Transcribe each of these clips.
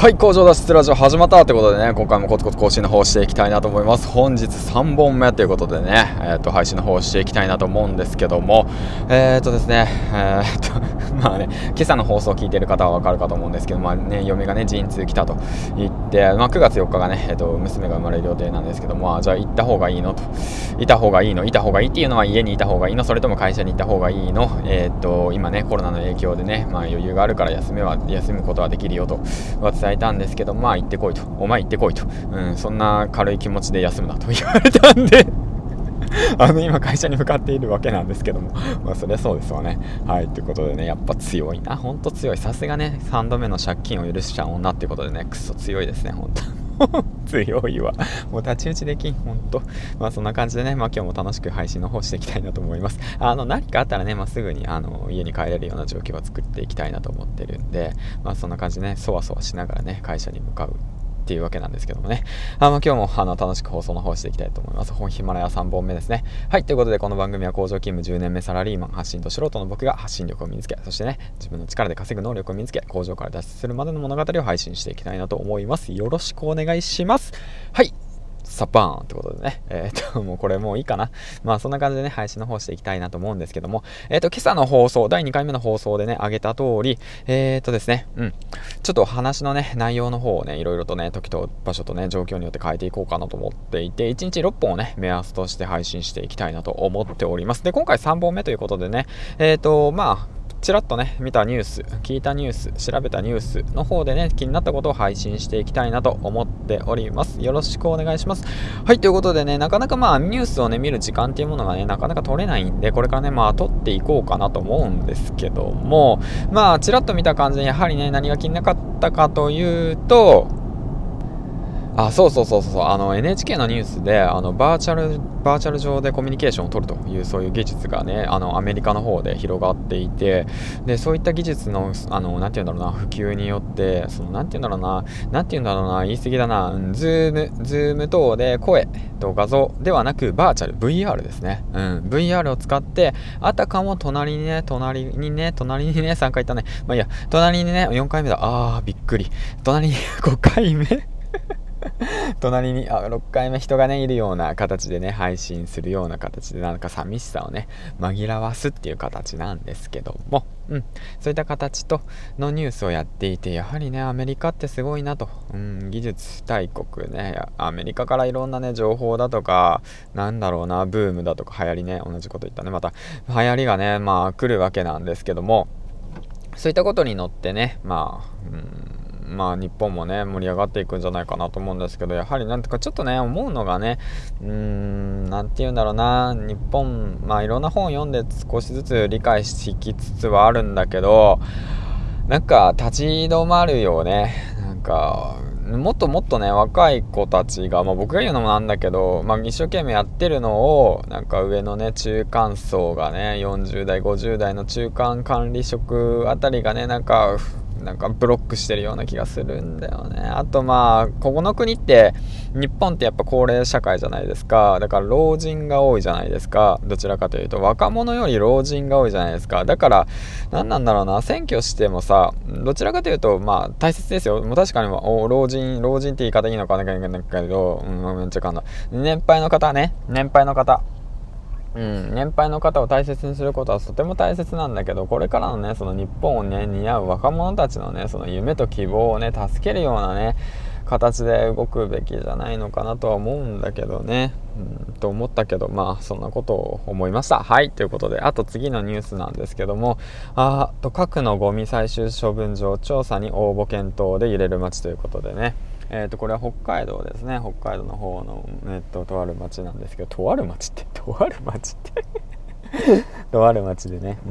はい、工場脱出ラジオ始まったということでね、今回もコツコツ更新の方をしていきたいなと思います。本日3本目ということでね、配信の方をしていきたいなと思うんですけども、ですね、まあね、今朝の放送を聞いている方はわかるかと思うんですけど、まあね、嫁がね、陣痛来たと言って、まあ9月4日がね、娘が生まれる予定なんですけども、じゃあ行った方がいいのと、いた方がいいっていうのは家にいた方がいいの、それとも会社に行った方がいいの、今ね、コロナの影響でね、まあ余裕があるから休むことはできるよと伝えたんですけど、まあ行ってこいと、お前行ってこいと、そんな軽い気持ちで休むなと言われたんで今会社に向かっているわけなんですけども、まあそりゃそうですわね。はい、ということでね、やっぱ強いな、ほんと強い。さすがね、3度目の借金を許しちゃう女っていうことでね、クソ強いですね、ほんと強いわ。もう太刀打ちできん、ほんと。まあそんな感じでね、まあ今日も楽しく配信の方していきたいなと思います。何かあったらね、まあすぐに家に帰れるような状況を作っていきたいなと思ってるんで、まあそんな感じでね、そわそわしながらね、会社に向かうっていうわけなんですけどもね、今日も楽しく放送の方していきたいと思います。ヒマラヤ3本目ですね。はい、ということでこの番組は工場勤務10年目サラリーマン、発信と素人の僕が発信力を身につけ、そしてね、自分の力で稼ぐ能力を身につけ、工場から脱出するまでの物語を配信していきたいなと思います。よろしくお願いします。はい、サバーンってことでね、もうこれもういいかな。まあそんな感じでね、配信の方していきたいなと思うんですけども、今朝の放送、第2回目の放送でね、上げた通り、ですね、ちょっと話のね、内容の方をね、いろいろとね、時と場所とね、状況によって変えていこうかなと思っていて、1日6本をね、目安として配信していきたいなと思っております。で、今回3本目ということでね、まあ、ちらっとね見たニュース、聞いたニュース、調べたニュースの方でね気になったことを配信していきたいなと思っております。よろしくお願いします。はい、ということでね、なかなかまあニュースをね見る時間っていうものがねなかなか取れないんで、これからねまあ撮っていこうかなと思うんですけども、まあちらっと見た感じでやはりね何が気になかったかというと、そう、NHK のニュースでバーチャル上でコミュニケーションを取るというそういう技術がねアメリカの方で広がっていて、でそういった技術のなんて言うんだろうな、普及によってなんて言うんだろうな言い過ぎだな、ズーム等で声と画像ではなくバーチャル VR ですね、VR を使ってあたかも隣にね3回言ったね、まあいいや、隣にね4回目だ、びっくり、隣に5回目隣に6回目人がねいるような形でね配信するような形で、なんか寂しさをね紛らわすっていう形なんですけども、そういった形のニュースをやっていて、やはりねアメリカってすごいなと、技術大国ね、アメリカからいろんなね情報だとかなんだろうな、ブームだとか流行りね、同じこと言ったね、また流行りがねまあ来るわけなんですけども、そういったことに乗ってねまあ日本もね盛り上がっていくんじゃないかなと思うんですけど、やはりなんとかちょっとね思うのがね、なんて言うんだろうな、日本まあいろんな本を読んで少しずつ理解しきつつはあるんだけど、なんか立ち止まるよね。なんかもっともっとね若い子たちが、僕が言うのもなんだけど、一生懸命やってるのをなんか上のね中間層がね、40代50代の中間管理職あたりがねなんかブロックしてるような気がするんだよね。あとここの国って日本ってやっぱ高齢社会じゃないですか。だから老人が多いじゃないですか。どちらかというと若者より老人が多いじゃないですか。だから何なんだろうな、選挙してもさ、どちらかというと大切ですよ。もう確かに老人って言い方いいのかわかんないけど、めっちゃかんだ。年配の方を大切にすることはとても大切なんだけど、これからのねその日本をね担う若者たちのねその夢と希望をね助けるようなね形で動くべきじゃないのかなとは思うんだけどね、と思ったけど、そんなことを思いました。はい、ということで、あと次のニュースなんですけども、核のゴミ最終処分場調査に応募検討で揺れる町ということでね、これは北海道ですね。北海道の方の、とある町なんですけど、とある町ってとある町でね、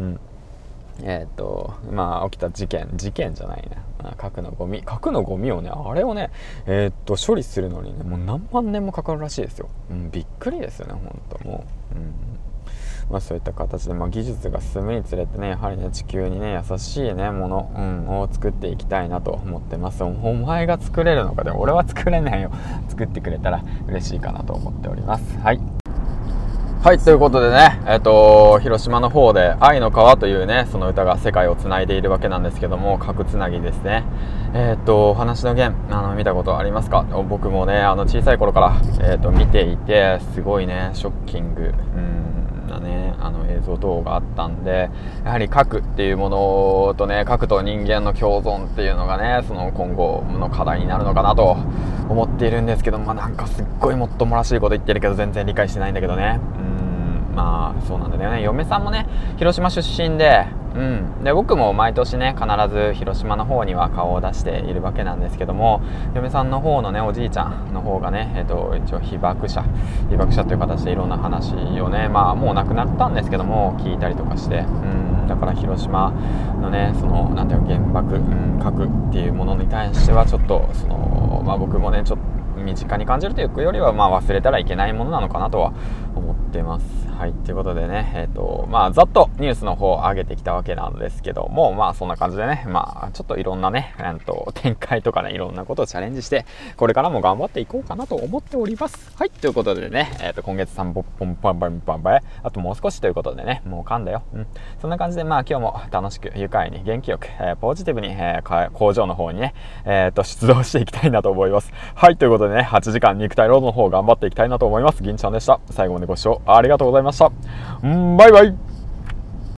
起きた事件じゃないな、核のゴミをね、あれをね処理するのにねもう何万年もかかるらしいですよ。びっくりですよね、本当もう。そういった形で、技術が進むにつれてね、やはりね地球にね優しいねもの、を作っていきたいなと思ってます。お前が作れるのか、でも俺は作れないよ。作ってくれたら嬉しいかなと思っております。はい、 はい、ということでね、広島の方で愛の川というね、その歌が世界をつないでいるわけなんですけども、核つなぎですね。話の弦、見たことありますか？僕もね、小さい頃から、見ていて、すごいね、ショッキング、なね、映像等があったんで、やはり核っていうものとね、核と人間の共存っていうのがね、その今後の課題になるのかなと思っているんですけど、なんかすっごいもっともらしいこと言ってるけど、全然理解してないんだけどね。そうなんだよね。嫁さんもね、広島出身で、で僕も毎年ね、必ず広島の方には顔を出しているわけなんですけども、嫁さんの方のね、おじいちゃんの方がね、一応被爆者という形でいろんな話をね、もう亡くなったんですけども、聞いたりとかして、だから広島のね、そのなんていうの、原爆、核っていうものに対してはちょっとその、僕もね、ちょっと身近に感じるというよりは、忘れたらいけないものなのかなとは思ってます。はい、ということでね、ざっとニュースの方を上げてきたわけなんですけども、そんな感じでね、ちょっといろんなね、展開とかね、いろんなことをチャレンジして、これからも頑張っていこうかなと思っております。はい、ということでね、今月3本パンパンパンパン、あともう少しということでね、もう噛んだよ。そんな感じで、今日も楽しく、愉快に、元気よく、ポジティブに、工場の方にね、出動していきたいなと思います。はい、ということでね、8時間肉体労働の方頑張っていきたいなと思います。銀ちゃんでした。最後までご視聴ありがとうございました。バイバイ。